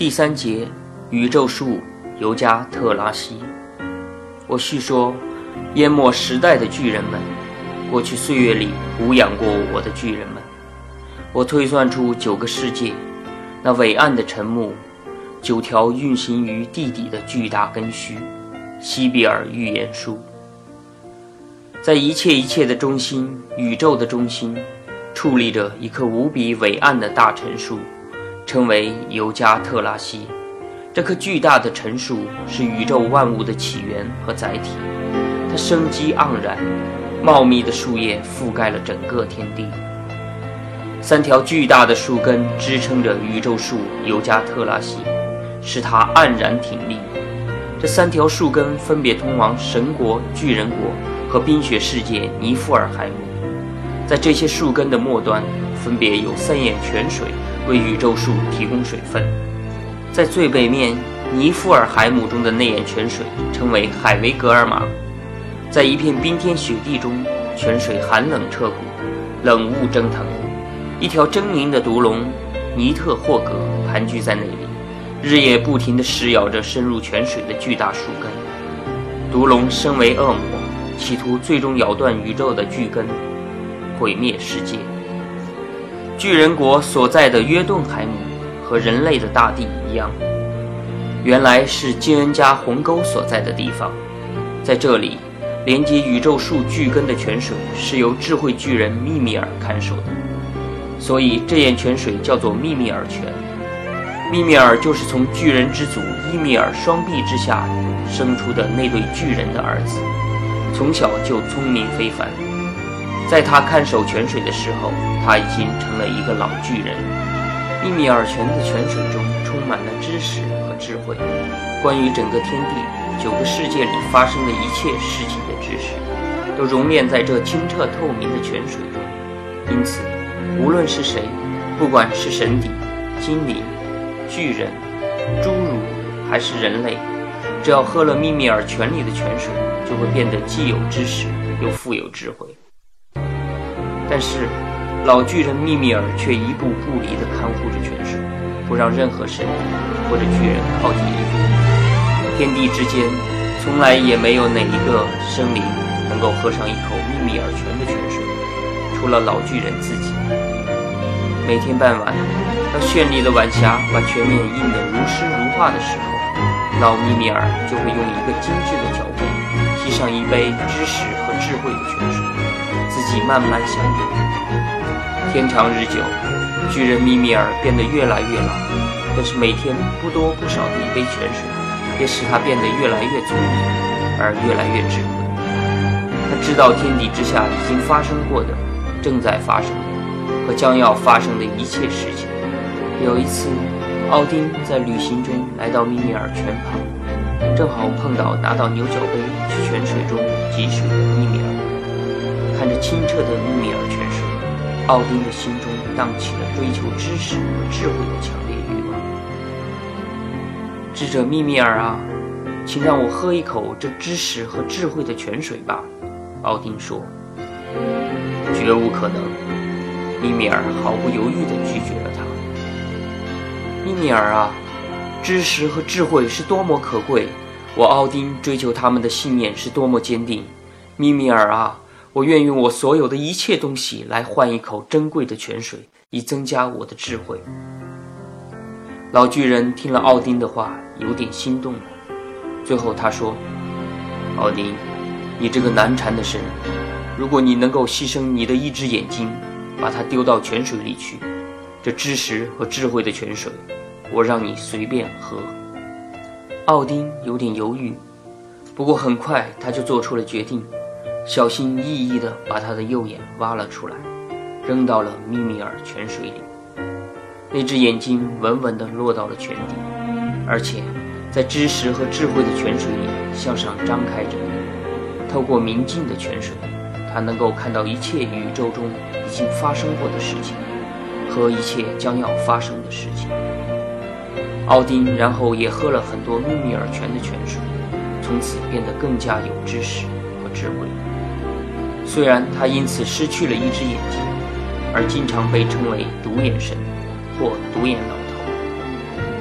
第3节，宇宙树尤加特拉西。我叙说淹没时代的巨人们，过去岁月里抚养过我的巨人们。我推算出9个世界，那伟岸的沉木，9条运行于地底的巨大根须，西比尔预言书。在一切的中心，宇宙的中心，矗立着一棵无比伟岸的大陈树，称为尤加特拉西。这棵巨大的陈树是宇宙万物的起源和载体，它生机盎然，茂密的树叶覆盖了整个天地。3条巨大的树根支撑着宇宙树尤加特拉西，使它黯然挺立。这3条树根分别通往神国、巨人国和冰雪世界尼夫尔海姆。在这些树根的末端，分别有3眼泉水为宇宙树提供水分。在最北面，尼夫尔海姆中的那眼泉水称为海维格尔玛。在一片冰天雪地中，泉水寒冷彻骨，冷雾蒸腾。一条狰狞的毒龙尼特霍格盘踞在那里，日夜不停地噬咬着深入泉水的巨大树根。毒龙身为恶魔，企图最终咬断宇宙的巨根，毁灭世界。巨人国所在的约顿海姆和人类的大地一样，原来是金恩加鸿沟所在的地方。在这里，连接宇宙树巨根的泉水是由智慧巨人密米尔看守的，所以这眼泉水叫做密米尔泉。密米尔就是从巨人之祖伊米尔双臂之下生出的那对巨人的儿子，从小就聪明非凡。在他看守泉水的时候，他已经成了一个老巨人。密米尔泉的泉水中充满了知识和智慧，关于整个天地9个世界里发生的一切事情的知识，都熔炼在这清澈透明的泉水中。因此，无论是谁，不管是神邸、精灵、巨人、侏儒还是人类，只要喝了密米尔泉里的泉水，就会变得既有知识又富有智慧。但是老巨人密米尔却一步不离地看护着泉水，不让任何神或者巨人靠近一步。天地之间从来也没有哪一个生灵能够喝上一口密米尔泉的泉水，除了老巨人自己。每天傍晚，当绚丽的晚霞把泉面映得如诗如画的时候，老密米尔就会用一个精致的脚步沏上一杯知识和智慧的泉水，自己慢慢享用。天长日久，巨人密米尔变得越来越老，但是每天不多不少的一杯泉水也使他变得越来越聪明，而越来越智慧。他知道天地之下已经发生过的、正在发生的和将要发生的一切事情。有一次，奥丁在旅行中来到密米尔泉旁，正好碰到拿到牛角杯去泉水中汲水的密米尔。看着清澈的密米尔泉水，奥丁的心中荡起了追求知识和智慧的强烈欲望。智者密米尔啊，请让我喝一口这知识和智慧的泉水吧，奥丁说。绝无可能，密米尔毫不犹豫地拒绝了他。密米尔啊，知识和智慧是多么可贵，我奥丁追求他们的信念是多么坚定。密米尔啊，我愿用我所有的一切东西来换一口珍贵的泉水，以增加我的智慧。老巨人听了奥丁的话，有点心动了。最后他说，奥丁，你这个难缠的神，如果你能够牺牲你的一只眼睛，把它丢到泉水里去，这知识和智慧的泉水，我让你随便喝。奥丁有点犹豫，不过很快他就做出了决定，小心翼翼地把他的右眼挖了出来，扔到了密米尔泉水里。那只眼睛稳稳地落到了泉底，而且在知识和智慧的泉水里向上张开着。透过明净的泉水，他能够看到一切宇宙中已经发生过的事情和一切将要发生的事情。奥丁然后也喝了很多密米尔泉的泉水，从此变得更加有知识和智慧。虽然他因此失去了一只眼睛，而经常被称为独眼神或独眼老头，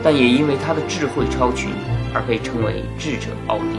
但也因为他的智慧超群而被称为智者奥丁。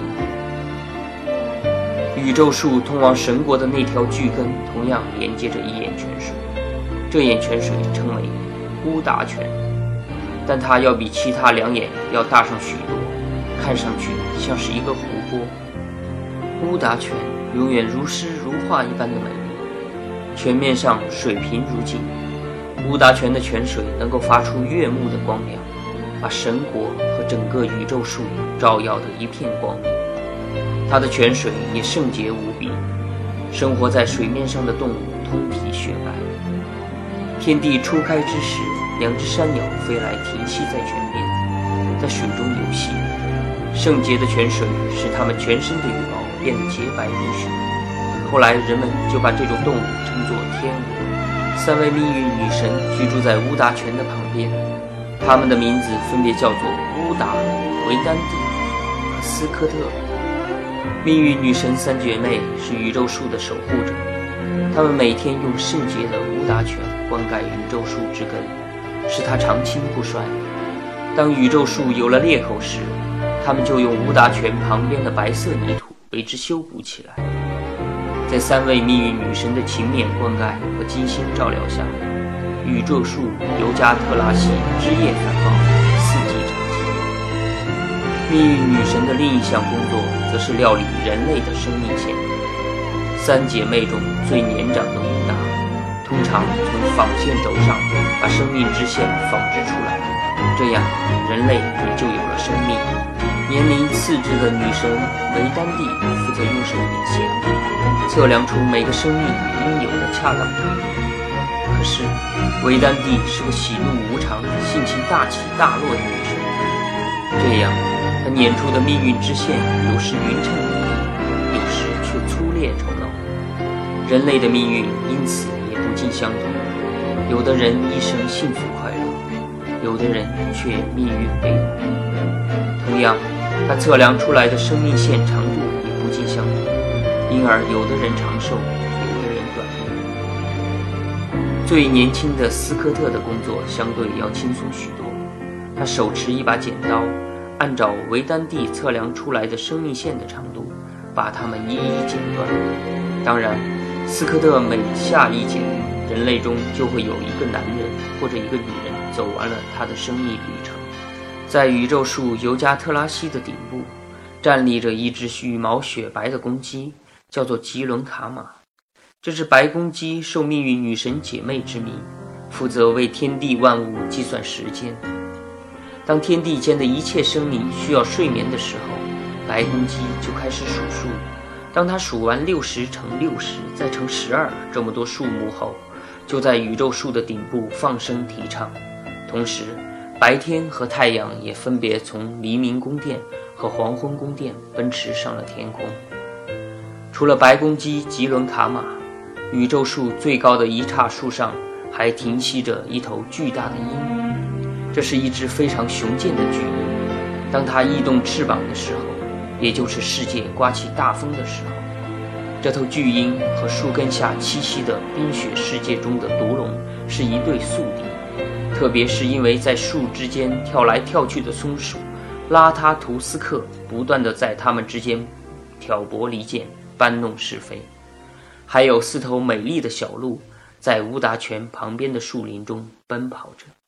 宇宙树通往神国的那条巨根同样连接着一眼泉水，这眼泉水称为乌达泉，但它要比其他两眼要大上许多，看上去像是一个湖泊。乌达泉永远如诗如画一般的美丽，泉面上水平如镜。乌达泉的泉水能够发出悦目的光亮，把神国和整个宇宙树照耀得一片光明。它的泉水也圣洁无比，生活在水面上的动物通体雪白。天地初开之时，两只山鸟飞来停息在泉边，在水中游戏。圣洁的泉水使它们全身的羽毛变得洁白如雪。后来人们就把这种动物称作天鹅。三位命运女神居住在乌达泉的旁边，她们的名字分别叫做乌达、维丹蒂和斯科特。命运女神三姐妹是宇宙树的守护者，她们每天用圣洁的乌达泉灌溉宇宙树之根，使它长青不衰。当宇宙树有了裂口时，她们就用乌达泉旁边的白色泥土为之修补起来。在三位命运女神的勤勉灌溉和精心照料下，宇宙树尤加特拉西枝叶繁茂，四季常青。命运女神的另一项工作则是料理人类的生命线。三姐妹中最年长的乌达，通常从纺线轴上把生命之线纺织出来，这样人类也就有了生命。年龄次之的女神维丹蒂负责用手点线，测量出每个生命应有的恰当程度。可是维丹蒂是个喜怒无常、性情大起大落的女神，这样她捻出的命运之线有时匀称无比，有时却粗劣丑陋。人类的命运因此也不尽相同，有的人一生幸福快乐，有的人却命运悲苦。同样，他测量出来的生命线长度也不尽相同，因而有的人长寿，有的人短命。最年轻的斯科特的工作相对要轻松许多，他手持一把剪刀，按照维丹蒂测量出来的生命线的长度，把它们一一剪断。当然，斯科特每下一剪，人类中就会有一个男人或者一个女人走完了他的生命旅程。在宇宙树尤加特拉西的顶部，站立着一只羽毛雪白的公鸡，叫做吉伦卡玛。这只白公鸡受命运女神姐妹之命，负责为天地万物计算时间。当天地间的一切生命需要睡眠的时候，白公鸡就开始数数。当它数完60乘60再乘12这么多数目后，就在宇宙树的顶部放声啼唱。同时白天和太阳也分别从黎明宫殿和黄昏宫殿奔驰上了天空。除了白公鸡吉伦卡玛，宇宙树最高的一杈树上还停息着一头巨大的鹰，这是一只非常雄健的巨鹰。当它翼动翅膀的时候，也就是世界刮起大风的时候，这头巨鹰和树根下栖息的冰雪世界中的毒龙是一对宿敌。特别是因为在树之间跳来跳去的松鼠拉塔图斯克不断地在它们之间挑拨离间，搬弄是非。还有4头美丽的小鹿在乌达泉旁边的树林中奔跑着。